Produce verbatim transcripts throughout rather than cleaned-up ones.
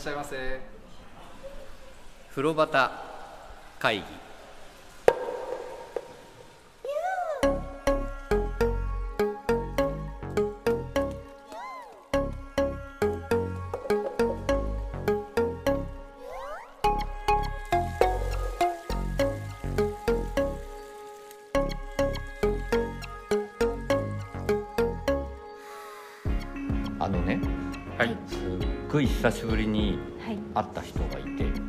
しゃいませ。 風呂端会議。あのね、 はい、 すっごい久しぶりにはい会った人がいて、 はい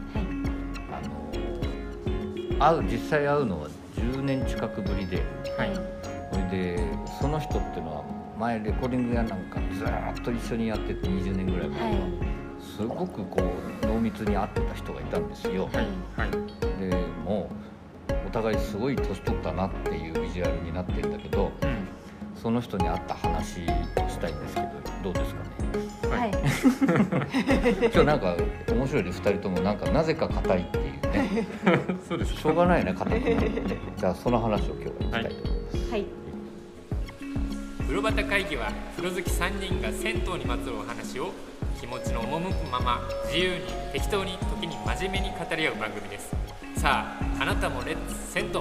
あの会う実際会うのはじゅうねん近くぶりで、 はいそれでその人っていうのは前レコーディングやなんかずーっと一緒にやっててにじゅうねんぐらい前は、 はいすごくこう濃密に会ってた人がいたんですよ。 はいはいでもうお互いすごい年取ったなっていうビジュアルになってるんだけど、 うんその人に会った話をしたいんですけど、どうですかね。 はい今日なんか面白いでふたりともなんかなぜか硬いっていうねそうですしょうがないね硬くなるってじゃあその話を今日はしたいと思います、 はい風呂端会議は風呂好きさんにんが銭湯にまつわるお話を気持ちの赴くまま自由に適当に時に真面目に語り合う番組です。さああなたもレッツ銭湯。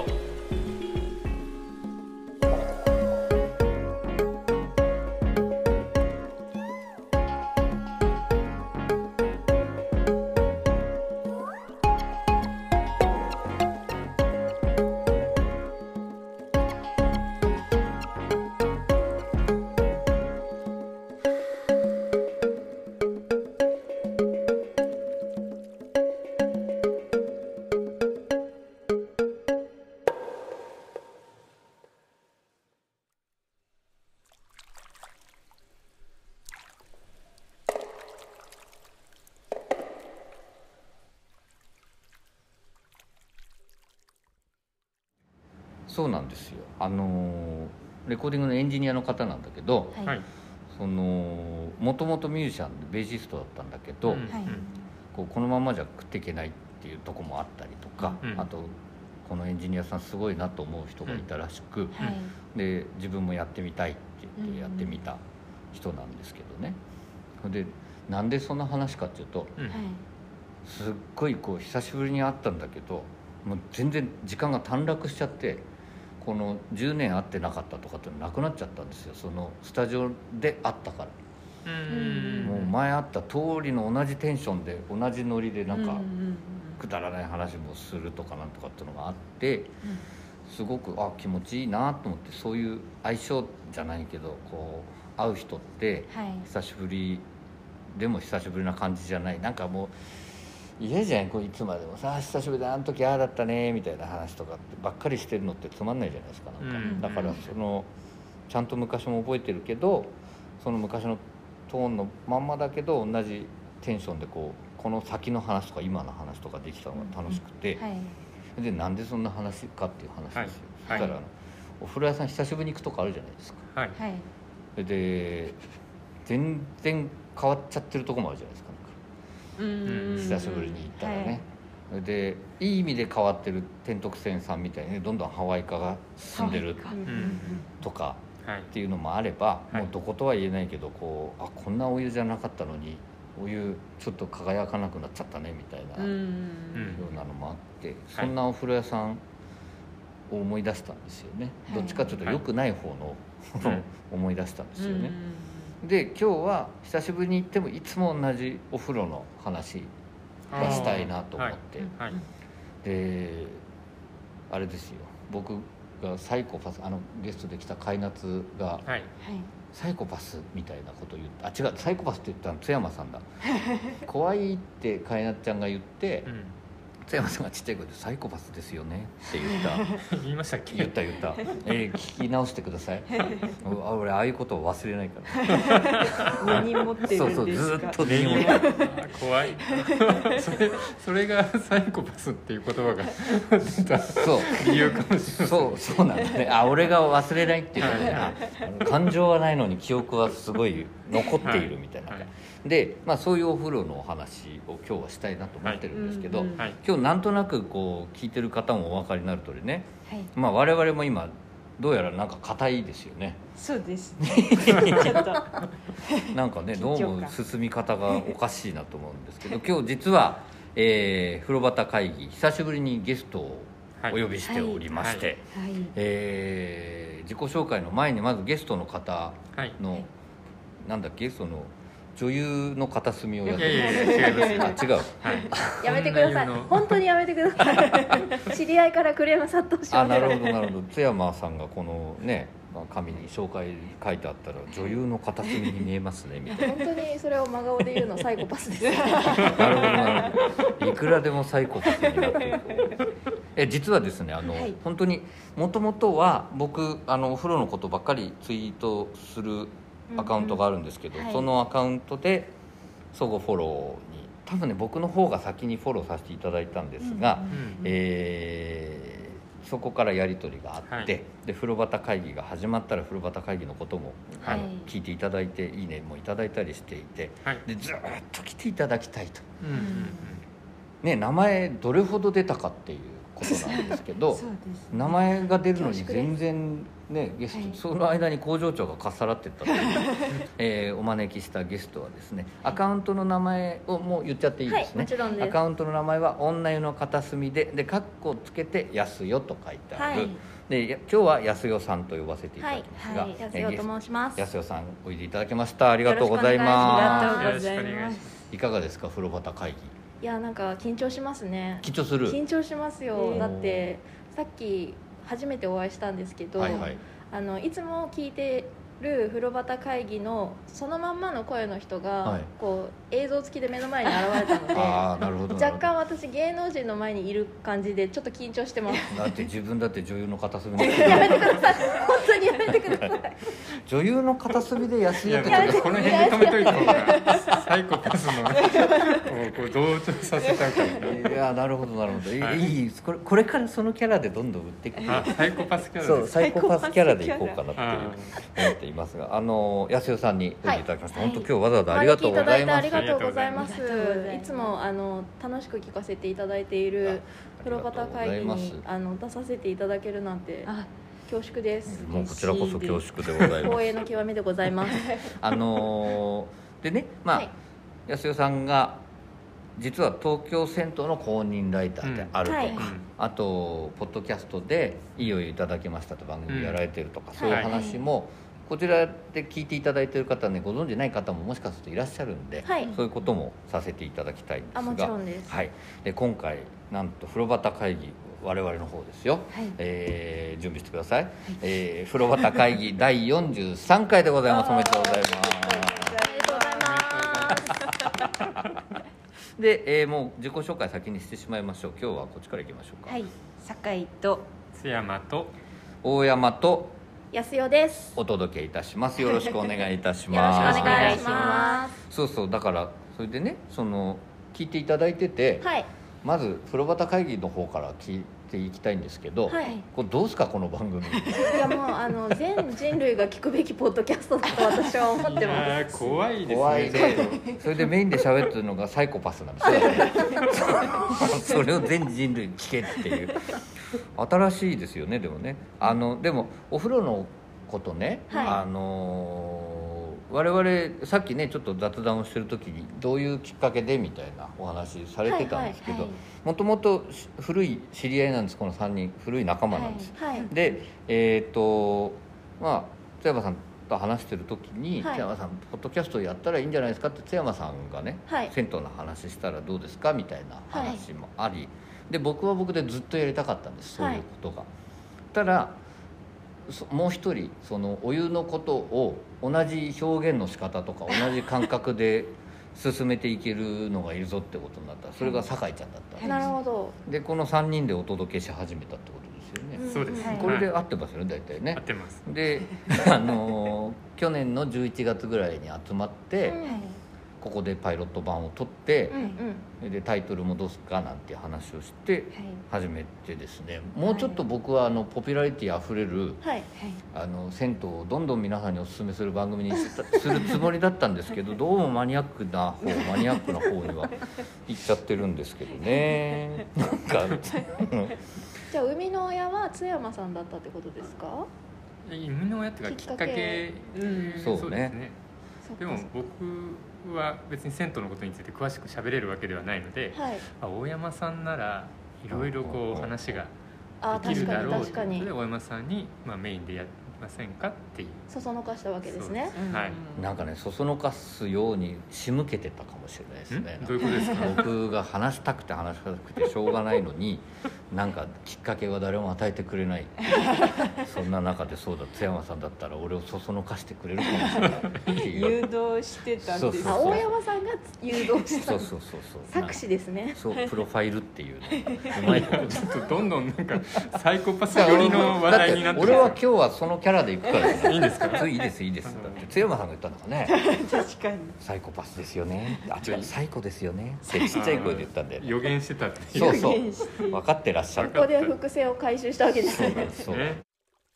そうなんですよ。あのレコーディングのエンジニアの方なんだけど、 はいはいそのもともとミュージシャンでベーシストだったんだけど、 うんはいこうこのままじゃ食っていけないっていうとこもあったりとか、 うんあとこのエンジニアさんすごいなと思う人がいたらしく、 はいで自分もやってみたいって言ってやってみた人なんですけどね。でなんでそんな話かっていうと、 うんはいすっごいこう久しぶりに会ったんだけどもう全然時間が短絡しちゃって、このじゅうねん会ってなかったとかってなくなっちゃったんですよ。そのスタジオで会ったから、 うんもう前会った通りの同じテンションで同じノリでなんかうんうんくだらない話もするとかなんとかっていうのがあって、すごくあ気持ちいいなと思って、そういう相性じゃないけどこう会う人ってはい久しぶりでも久しぶりな感じじゃない、なんかもう嫌じゃん、こういつまでもさ久しぶりであの時ああだったねみたいな話とかってばっかりしてるのってつまんないじゃないですか。なんか、 うんだからそのちゃんと昔も覚えてるけど、その昔のトーンのまんまだけど同じテンションでこうこの先の話とか今の話とかできたのが楽しくて、 はいでなんでそんな話かっていう話ですよ。 はいそしたら、あのお風呂屋さん久しぶりに行くとこあるじゃないですか。 はいはいで全然変わっちゃってるとこもあるじゃないですか。 うん久しぶりに行ったらね、でいい意味で変わってる天徳線さんみたいに、ね、どんどんハワイ化が進んでるはいうんとかはいっていうのもあれば、 はいもうどことは言えないけどこうあこんなお湯じゃなかったのにお湯ちょっと輝かなくなっちゃったねみたいなようんうなのもあって、 はいそんなお風呂屋さんを思い出したんですよね、 はいどっちかというと良くない方の、 はい思い出したんですよね、 うんで今日は久しぶりに行ってもいつも同じお風呂の話がしたいなと思って、 はいであれですよ、僕がサイコパス、あのゲストで来た海夏がはいはいサイコパスみたいなことを言って、あ違うサイコパスって言ったの津山さんだ怖いって海夏ちゃんが言って、 うん津山さんがちっちゃい声でサイコパスですよねって言った言いましたっけ。 言った言ったえー、聞き直してくださいあ俺ああいうことを忘れないから根に持ってるんですか。 そうそうずっと根に根に持って怖いそれそれがサイコパスっていう言葉が出たそう理由かもしれない。 そうそうなんだね。あ俺が忘れないっていうことで、 はいあの感情はないのに記憶はすごい残っているみたいな、 はいはいで、まあ、そういうお風呂のお話を今日はしたいなと思ってるんですけど、 はいうんうんはい今日なんとなくこう聞いてる方もお分かりになる通りね、 はいまあ、我々も今どうやらなんか硬いですよね。 そうですねちょっとなんかねどうも緊張感進み方がおかしいなと思うんですけど今日実は、えー、風呂端会議久しぶりにゲストをお呼びしておりまして、 はいはいえー自己紹介の前にまずゲストの方の、 はい、 なんだっけその女優の片隅をやっていやいやいや違いますあ違うはい、 やめてください女優の本当にやめてください知り合いからクレーム殺到しあなまするほどなるほど津山さんがこのねまあ紙に紹介書いてあったら女優の片隅に見えますねみたいな本当にそれを真顔で言うのサイコパスですなるほどなるほどいくらでもサイコパスになってるえ実はですねあの、 はい、 本当にもともとは僕あのお風呂のことばっかりツイートするアカウントがあるんですけど、 うんうんはい、 そのアカウントで相互フォローに多分ね僕の方が先にフォローさせていただいたんですが、 うんうんえーそこからやり取りがあって、 はい、 で風呂端会議が始まったら風呂端会議のことも、 はい、 あの聞いていただいていいねもいただいたりしていて、 はい、 でずっと来ていただきたいと、 うんうんうんね、名前どれほど出たかっていうことなんですけどそうです名前が出るのに恐縮です全然ねゲスト、 はいその間に工場長がかっさらってったという、えーお招きしたゲストはですねアカウントの名前をもう言っちゃっていいですね、 はいもちろんですアカウントの名前は女湯の片隅ででカッコつけて安代と書いてある、 はいでや今日は安代さんと呼ばせていたはいだきますが、 はい安代と申します安代さんおいでいただきましたありがとうございまありがとうございよろしくお願まいしますすいかがですか風呂端会議いやなんか緊張しますね緊張する緊張しますよえーだってさっき初めてお会いしたんですけど、 はいはいあのいつも聞いてる風呂端会議のそのまんまの声の人が、 はいこう映像付きで目の前に現れたのでああなるほどなるほど若干私芸能人の前にいる感じでちょっと緊張してますだって自分だって女優の片隅でやめてください本当にやめてください女優の片隅で安いや代ってちょっとこの辺で止めといた方がサイコパスのこうこう同調させちゃうからいやなるほどなるほどいい,、 はいいいこれこれからそのキャラでどんどん売っていくあサイコパスキャラそうですサイコパスキャラでいこうかなっていうあ思っていますがあの安代さんにおいでいただきました、 はい本当今日わざわざありがとうございますお招きいただいてありがとうございますありがとうございますいつもあの楽しく聞かせていただいている風呂端会議にあの出させていただけるなんてあ恐縮ですもうこちらこそ恐縮でございます光栄の極みでございますあのーでねまあ、 はい安代さんが実は東京銭湯の公認ライターであるとか、 うんはいあとポッドキャストで「いいお湯いただきました」と番組やられてるとか、 うんそういう話も、こちらで聞いていただいている方ねご存じない方ももしかするといらっしゃるんで、 はいそういうこともさせていただきたいんですがあもちろんですはい、で今回なんと風呂端会議我々の方ですよ、 はいえー準備してください、えー風呂端会議だいよんじゅうさんかいでございますおめでとうございますありがとうございますで、えーもう自己紹介先にしてしまいましょう今日はこっちから行きましょうか、 はい酒井と津山と大山と安代ですお届けいたしますよろしくお願いいたしよろますしくお願いしますそうそうだからそれでねその聞いていただいてて、 はいまず風呂端会議の方から聞いていきたいんですけど、 はいこれどうですかこの番組いやもうあの全人類が聞くべきポッドキャストだと私は思っていますやー怖いですね怖いねそれでメインで喋ってるのがサイコパスなんですよそれを全人類聞けっていう新しいですよねでもねあのでもお風呂のことね、 はいあのー我々さっきねちょっと雑談をしてる時にどういうきっかけでみたいなお話されてたんですけどはいはいはいもともと古い知り合いなんですこのさんにん古い仲間なんです、 はいでえっ、とまあ津山さんと話してる時に、 はい津山さんポッドキャストやったらいいんじゃないですかって津山さんがね、 はい銭湯の話したらどうですかみたいな話もあり、で僕は僕でずっとやりたかったんですそういうことが、ただそもう一人そのお湯のことを同じ表現の仕方とか同じ感覚で進めていけるのがいるぞってことになったらそれが酒井ちゃんだったんです、 なるほどでこのさんにんでお届けし始めたってことですよね、 そうです、 はいこれで合ってますよね大体ね合ってますで、あのー去年のじゅういちがつぐらいに集まって、 うんここでパイロット版を撮ってうん、うんでタイトルもどうすかなんていう話をしてはい始めてですねもうちょっと僕はあのポピュラリティあふれるはいはいあの銭湯をどんどん皆さんにお勧めする番組にしたするつもりだったんですけどどうもマニアックな方マニアックな方には行っちゃってるんですけどねなんかじゃあ生みの親は津山さんだったってことですか？ 生みの親っていうかきっかけ、 うん、そうですね。 でも僕は別に銭湯のことについて詳しく喋れるわけではないので、はい、大山さんならいろいろこう話ができるだろうということで大山さんにまあメインでやってませんかっていうそそのかしたわけですね。 うん、はい。 なんかねそそのかすように仕向けてたかもしれないですね。 どういうことですか？ 僕が話したくて話したくてしょうがないのになんかきっかけは誰も与えてくれないそんな中でそうだ津山さんだったら俺をそそのかしてくれるかもしれないっていう誘導してたんです。そうそうそう、大山さんが誘導したそうそうそうそう作詞ですね。 そうプロファイルっていうねうまいことちょっとどんどんなんかサイコパス寄りの話題になって俺は今日はそのキャラで行くからいいんですか？ いいですいいです。だって津山さんが言ったんだからね。 確かに。 サイコパスですよね。あ違うサイコですよね。ってちっちゃい声で言ったんで、ね。 予言してたって。 そうそう分かってらっしゃる。 ここで伏線を回収したわけですね。 そうなんです。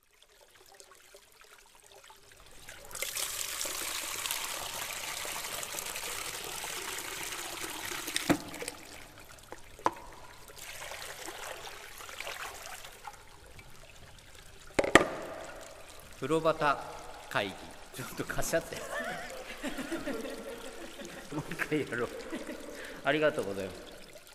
風呂旗会議ちょっと貸しちゃってもう一回やろうありがとうございます。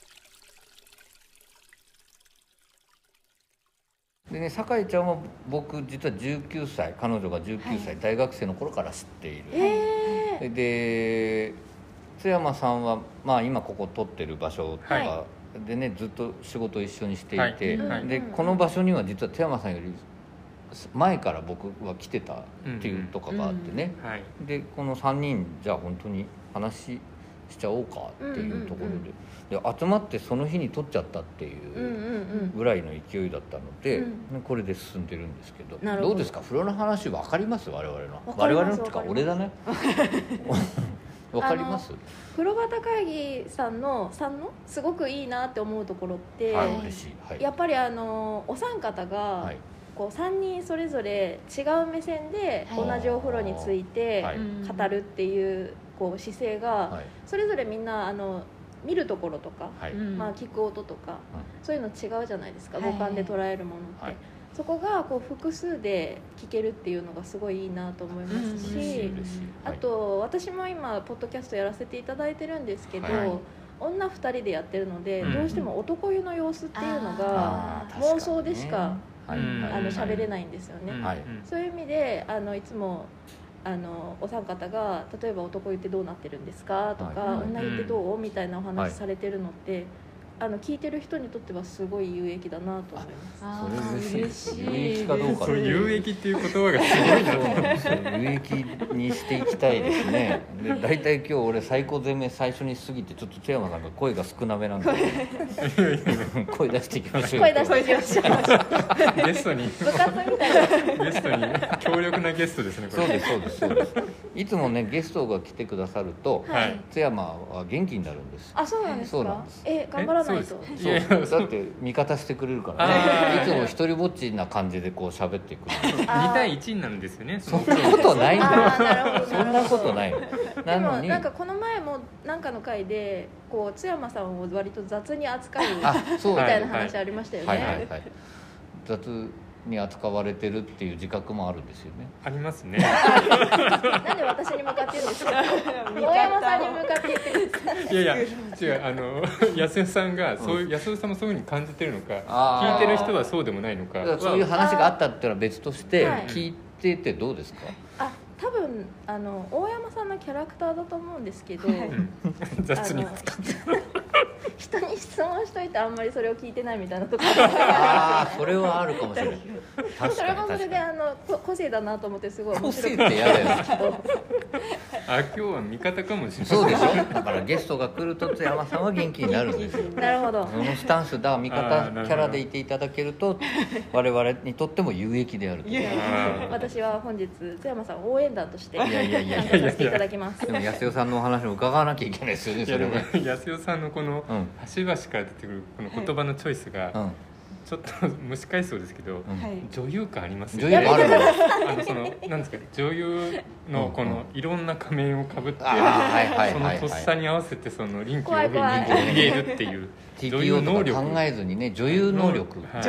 でね酒井ちゃんは僕実はじゅうきゅうさい彼女がじゅうきゅうさい、はい、大学生の頃から知っている、 えー、 で津山さんは、まあ、今ここ撮ってる場所とかでね、はい、ずっと仕事一緒にしていて、はい、でこの場所には実は津山さんより前から僕は来てたっていうとかがあってね、 うんうんはい、でこのさんにんじゃあ本当に話しちゃおうかっていうところで、うんうんうん、で集まってその日に撮っちゃったっていうぐらいの勢いだったので、うんうん、これで進んでるんですけど、ど, どうですか風呂の話分かります我々の我々のっていうか俺だね分かります？ 風呂旗会議さんのさんのすごくいいなって思うところって、 はい、嬉しい、はい、 やっぱりあのお三方が、はいこうさんにんそれぞれ違う目線で同じお風呂について語るっていうこう姿勢がそれぞれみんなあの見るところとか、はいまあ、聞く音とか、うん、そういうの違うじゃないですか、五感で捉えるものって、はい、そこがこう複数で聞けるっていうのがすごいいいなと思いますし、うん、あと私も今ポッドキャストやらせていただいてるんですけど、はい女ふたりでやってるので、うん、どうしても男湯の様子っていうのが妄想でしかあの喋れないんですよね、はい、そういう意味であのいつもあのお三方が例えば男湯ってどうなってるんですかとか、はい、女湯ってどうみたいなお話されてるのって、はいあの聞いてる人にとってはすごい有益だなと思います。 それ嬉しい。有益かどうか。 それ有益っていう言葉がすごいな。そうなんですよ。 有益にしていきたいですね。で、だいたい今日俺最高攻め最初に過ぎてちょっと津山さんが声が少なめなんで声出していきましょう。 声出していきましょう。 ゲストに部活みたいな。 ゲストに強力なゲストですね。これそうですそうですそうです。いつもねゲストが来てくださると、はい、津山は元気になるんです。 あ、そうなんですか。 そうなんです。 え、頑張らないと。 そうだって味方してくれるからね。いつも一人ぼっちな感じでこう喋ってくる。 に対いちになるんですよね。 そんなことないんだよ。そんなことない。 でもなんかこの前もなんかの回でこう津山さんを割と雑に扱うみたいな話ありましたよね。 はいはいはい。雑に扱われてるっていう自覚もあるんですよね。 ありますね。 なんで私に向かって言うんですか。大山さんに向かって言ってるんですか。 いやいや違うあの安代さんがそういう、うん、安代さんもそういう風に感じてるのか、聞いてる人はそうでもないのか。 そういう話があったっていうのは別として聞いててどうですか。 あ、多分あの大山さんのキャラクターだと思うんですけど、うん、 雑に人に質問しといてあんまりそれを聞いてないみたいなところああそれはあるかもしれない。 それもそれであの個性だなと思ってすごい面白い。個性って嫌だよ。 あ、今日は味方かもしれない。 そうでしょ。だからゲストが来ると津山さんは元気になるんですよ。 なるほど。 そのスタンスだ味方キャラでいていただけると我々にとっても有益であると。 私は本日津山さん応援団としていやいやいや参加させていただきます。 でも安代さんのお話も伺わなきゃいけないですよね。それも安代さんのこの端々から出てくるこの言葉のチョイスが、 ちょっと蒸し返そうですけど、うん、女優感ありますよね。女優あるのあのそのなんですか、女優のこのいろんな仮面をかぶって、そのとっさに合わせてその臨機応変に逃げるっていう女優能力考えずにね、女優能力、はい、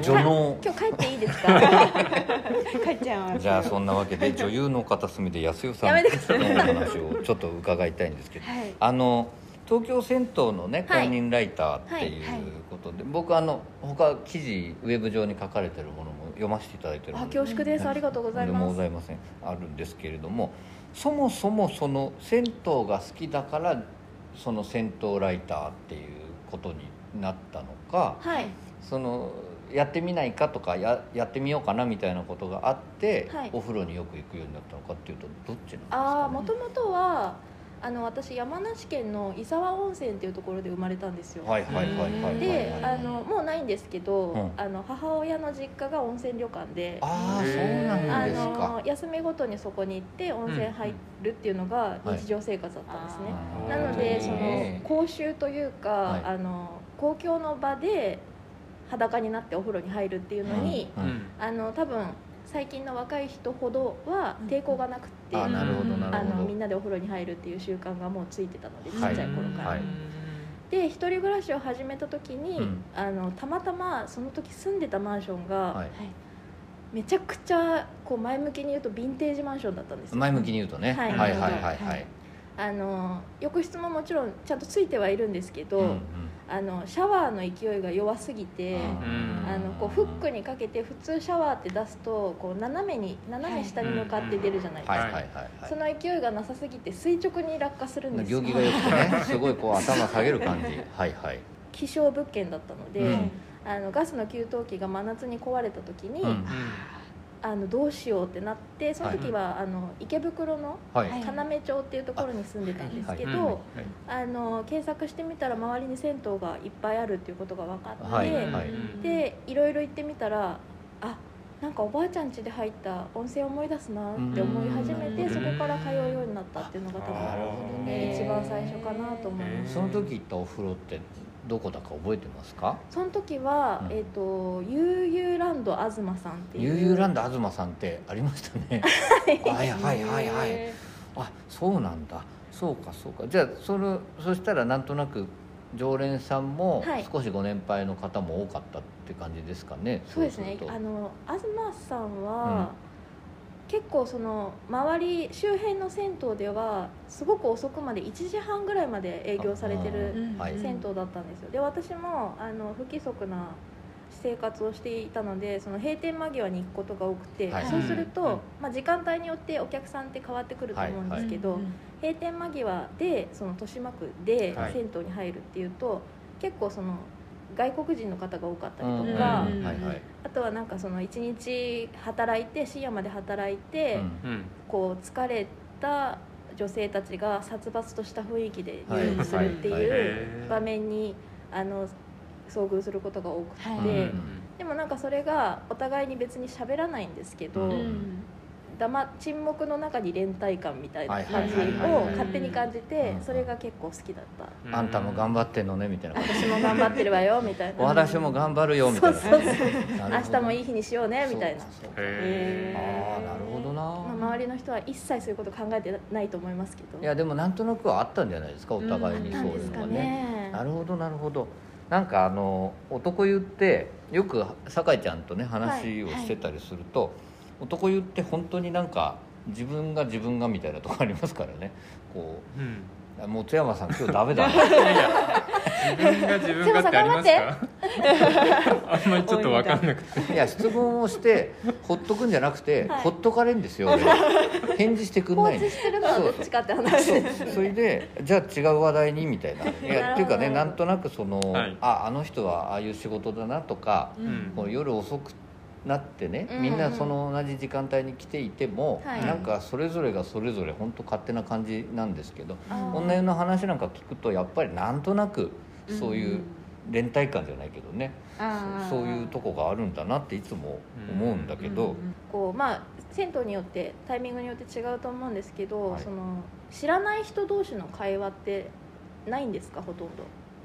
女能。 今日帰っていいですか？ 帰っちゃいます。 じゃあそんなわけで女優の片隅で安代さんの話をちょっと伺いたいんですけど、はい、あの東京銭湯のね公認ライターっていうことで、はいはい、僕あの他記事ウェブ上に書かれてるものも読ませていただいてるので、 あ、恐縮です、ありがとうございます。 とんでもございません。あるんですけれども、そもそもその銭湯が好きだからその銭湯ライターっていうことになったのか、 はい、 そのやってみないかとか や, やってみようかなみたいなことがあって、はい、お風呂によく行くようになったのかっていうとどっちなんですかね。 あ、もともとはあの私山梨県の伊沢温泉っていうところで生まれたんですよ。 はいはいはいはい、 で、あのもうないんですけど、うん、あの母親の実家が温泉旅館で、 ああそうなんですか。 あの休みごとにそこに行って温泉入るっていうのが日常生活だったんですね、うんはい、なのでその公衆というか、はい、あの公共の場で裸になってお風呂に入るっていうのに、うんうん、あの多分最近の若い人ほどは抵抗がなくて、 あ、なるほどなるほど、 あのみんなでお風呂に入るっていう習慣がもうついてたので、ちっちゃい頃から、はいはい、で一人暮らしを始めた時に、うん、あのたまたまその時住んでたマンションが、はい、めちゃくちゃこう前向きに言うとヴィンテージマンションだったんですよ。 前向きに言うとね、はい、はいはいはいはい、はい、 あの浴室ももちろんちゃんとついてはいるんですけど、うんうん、あのシャワーの勢いが弱すぎて、あのこうフックにかけて普通シャワーって出すとこう斜めに斜め下に向かって出るじゃないですか。その勢いがなさすぎて垂直に落下するんですよ。 行儀が良くてね、すごいこう頭下げる感じ。はいはい。 希少物件だったので、うん、あのガスの給湯器が真夏に壊れた時に、うん、あのどうしようってなって、その時は、はい、あの池袋の要町っていうところに住んでたんですけど、あの検索してみたら周りに銭湯がいっぱいあるっていうことが分かって、はいはい、でいろいろ行ってみたら、あ、なんかおばあちゃん家で入った温泉を思い出すなって思い始めて、そこから通うようになったっていうのが多分、ね、一番最初かなと思います。 その時行ったお風呂ってどこだか覚えてますか？ その時は、うん、えっ、ー、と悠々ランド東さんっていう、 悠々ランド東さんってありましたね。はいはいはいはい。あ、そうなんだ。そうかそうか。じゃあそれそしたらなんとなく常連さんも少しご年配の方も多かったって感じですかね。はい、 そうですね。あの東さんは、うん、結構その周り周辺の銭湯ではすごく遅くまでいちじはんぐらいまで営業されてる銭湯だったんですよ。で、私もあの不規則な生活をしていたので、その閉店間際に行くことが多くて、はい、そうすると、うん、まあ、時間帯によってお客さんって変わってくると思うんですけど、はいはい、閉店間際でその豊島区で銭湯に入るっていうと、はい、結構その外国人の方が多かったりとか、あとはなんかそのいちにち働いて深夜まで働いて、うん、こう疲れた女性たちが殺伐とした雰囲気で入浴するっていう場面にあの遭遇することが多くて、はい、でもなんかそれがお互いに別に喋らないんですけど、うん、黙沈黙の中に連帯感みたいな感じを勝手に感じて、それが結構好きだった。 あんたも頑張ってんのねみたいな。 私も頑張ってるわよみたいな。 私も頑張るよみたいな。そうそうそう明日もいい日にしようねみたいな。 そうそうそうへああ、なるほどな。 まあ、周りの人は一切そういうこと考えてないと思いますけど。 いやでもなんとなくはあったんじゃないですか、お互いにそういうのがね。なるほどなるほど。なんかあの男湯ってよく酒井ちゃんとね話をしてたりすると、はいはい、男湯って本当になんか自分が自分がみたいなとこありますからね。こう、うん、もう津山さん今日ダメだな。いや自分が自分がってありますか？あんまりちょっと分かんなくて。 いや質問をしてほっとくんじゃなくて、はい、ほっとかれんですよ。返事してくんないんです。 放置してるのはどっちかって話です。 それでじゃあ違う話題にみたいな。いやっていうかね、なんとなくその、はい、ああの人はああいう仕事だなとか、うん、こう夜遅くなってね、みんなその同じ時間帯に来ていても、うんうん、なんかそれぞれがそれぞれ本当勝手な感じなんですけど、女湯の話なんか聞くとやっぱりなんとなくそういう連帯感じゃないけどね、うん、そ, そういうとこがあるんだなっていつも思うんだけど、うんうん、 こうまあ銭湯によってタイミングによって違うと思うんですけど、はい、その知らない人同士の会話ってないんですか？ほとんど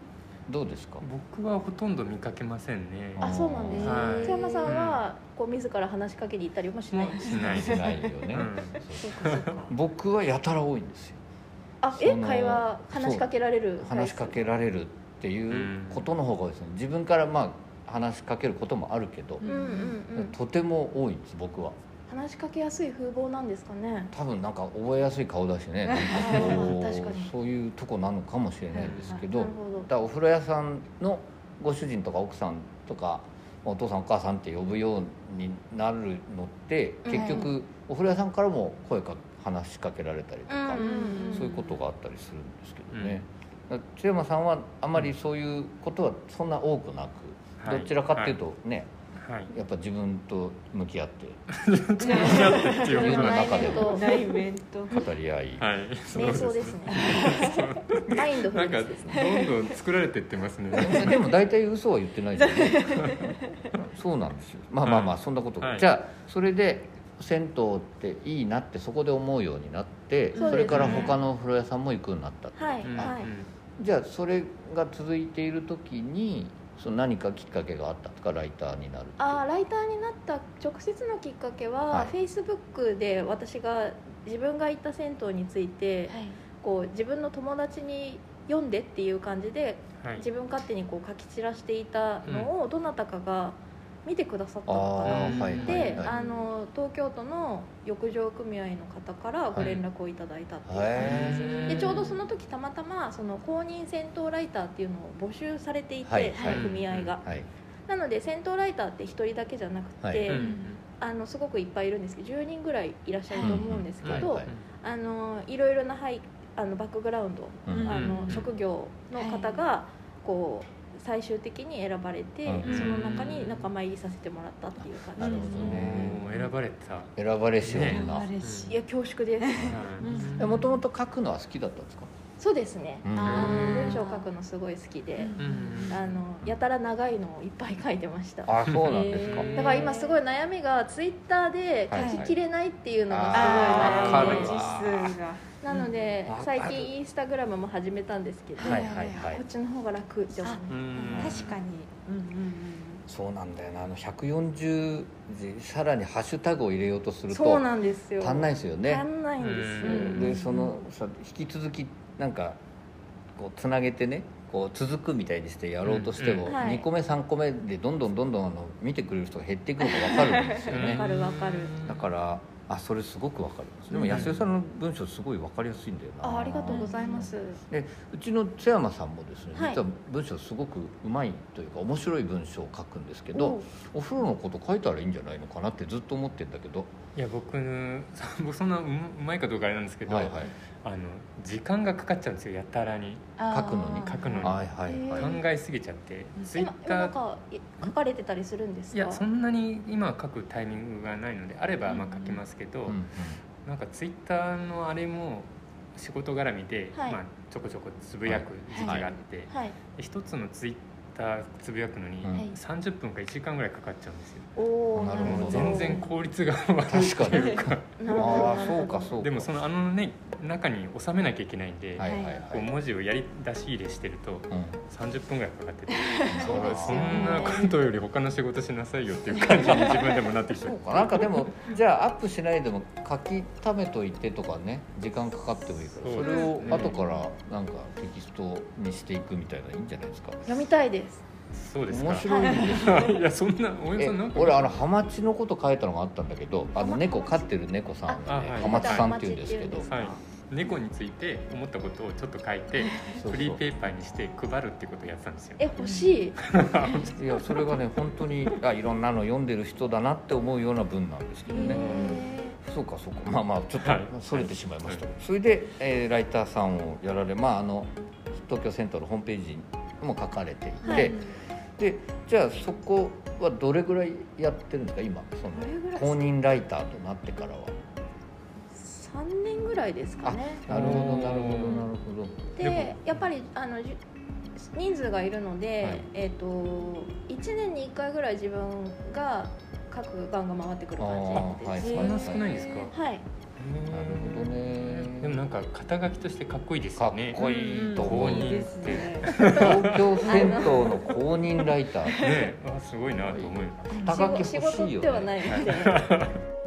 どうですか？ 僕はほとんど見かけませんね。 あ、そうなんですね。 はい、 津山さんはこう自ら話しかけに行ったりもしないんですか？ しないしないよね、うん、そうかそうか僕はやたら多いんですよ。 あ、え、会話話しかけられる話しかけられるっていうことの方が多いですね。自分からまあ話しかけることもあるけど、 うんうんうん、 とても多いんです僕は。 話しかけやすい風貌なんですかね。 多分なんか覚えやすい顔だしね、 確かにそういうとこなのかもしれないですけど、 なるほど。 だからお風呂屋さんのご主人とか奥さんとかお父さんお母さんって呼ぶようになるのって結局お風呂屋さんからも声か話しかけられたりとか、そういうことがあったりするんですけどね、うん、津山さんはあまりそういうことはそんな多くなく、どちらかっていうとね、はい、やっぱ自分と向き合って向き合ってっていう自分の中でも内面と語り合い、 はい、 瞑想ですね。マインドフルネスですね。 なんかどんどん作られてってますね。 でも大体嘘は言ってないじゃんそうなんですよ。まあまあまあそんなこと、はい、じゃあそれで銭湯っていいなってそこで思うようになって、それから他のお風呂屋さんも行くようになったって、 はいはい、 じゃあそれが続いている時にその何かきっかけがあったとか、ライターになるっていう。 あ、ライターになった直接のきっかけは、はい、Facebook で私が自分が行った銭湯について、はい、こう自分の友達に読んでっていう感じで、はい、自分勝手にこう書き散らしていたのをどなたかが見てくださったのかな、うん、で、はいはいはい、あの東京都の浴場組合の方からご連絡をいただいたっていう感じです、はい、でちょうどその時たまたまその公認銭湯ライターっていうのを募集されていて、はい、その組合が、はい、なので銭湯ライターってひとりだけじゃなくて、はい、あのすごくいっぱいいるんですけどじゅうにんぐらいいらっしゃると思うんですけど、うんはいはい、あのいろいろな、はい、あのバックグラウンド、うん、あの職業の方がこう最終的に選ばれて、うん、その中に仲間入りさせてもらったっていう感じですね。 選ばれた選ばれし女、 ね、いや恐縮です。 もともと書くのは好きだったんですか？ そうですね、あの文章を書くのすごい好きで、あのやたら長いのをいっぱい書いてました。 あ、そうなんですか。 だから今すごい悩みがツイッターで書ききれないっていうのがすごい悩み、字数がなので、うん、最近インスタグラムも始めたんですけど、はいはいはい、こっちの方が楽って思う。 確かに、うんうんうん、 そうなんだよな。あのひゃくよんじゅうじさらにハッシュタグを入れようとするとそうなんですよ、 足んないですよね。 足んないんですよ。 でそのさ引き続きなんかこうつなげてね、こう続くみたいにしてやろうとしても、うんうん、にこめさんこめでどんどんどんどんあの見てくれる人が減っていくのが分かるんですよね。 分かる分かる。 だからあ、それすごくわかります。でも安代さんの文章すごいわかりやすいんだよな。 あ、ありがとうございます。 でうちの津山さんもですね、実は文章すごくうまいというか面白い文章を書くんですけど、お風呂のこと書いたらいいんじゃないのかなってずっと思ってるんだけど。 いや僕僕そんなうまいかどうかあれなんですけど、はいはい、あの時間がかかっちゃうんですよ、やたらに書くのに書くのに、はいはいはい、考えすぎちゃって。 ツイッターなんか書かれてたりするんですか？ いやそんなに今書くタイミングがないのであればまあ書きますけど、うんうん、なんかツイッターのあれも仕事絡みで、はい、まあ、ちょこちょこつぶやく時期があって、はいはい、一つのツイッターつぶやくのにさんじゅっぷんかいちじかんぐらいかかっちゃうんですよ。 おー、 なるほど。 全然効率が悪いというかああ、そうかそうか。 でもそのあのね中に収めなきゃいけないんで、はいはいはい、こう文字をやり出し入れしてるとさんじゅっぷんぐらいかかってて、うん、そんなことより他の仕事しなさいよっていう感じに自分でもなってきてそうか。なんかでもじゃあアップしないでも書き溜めといてとかね、時間かかってもいいから、それを後からなんかテキストにしていくみたいな、いいんじゃないですか。 読みたいです。 そうですか。 面白いんですよ。 いやそんな大山さんなんか俺あのハマチのこと書いたのがあったんだけど、あの猫飼ってる猫さん、ね、ハマチさんっていうんですけど、 はい、猫について思ったことをちょっと書いてフリーペーパーにして配るっていうことをやってたんですよ。 え、欲しい。 いやそれがね本当にあいろんなの読んでる人だなって思うような文なんですけどね。そうかそうか。まあまあちょっとそれてしまいました、はい、それで、えー、ライターさんをやられ、まああの東京センターのホームページも書かれていて、はい、でじゃあそこはどれぐらいやってるんですか今、その公認ライターとなってからは。 さんねんぐらいですかね。 なるほどなるほどなるほど。でやっぱりあの人数がいるので、はい、えーといちねんにいっかいぐらい自分が各番が回ってくる感じです。 そんな少ないんですか？ はい。 ほどね。 でもなんか肩書きとしてかっこいいですよね。 かっこいいと思う。 公認って、ね、 東京銭湯の公認ライターね、あすごいなと思う。 肩書き欲しいよね。 仕事ではないみたいな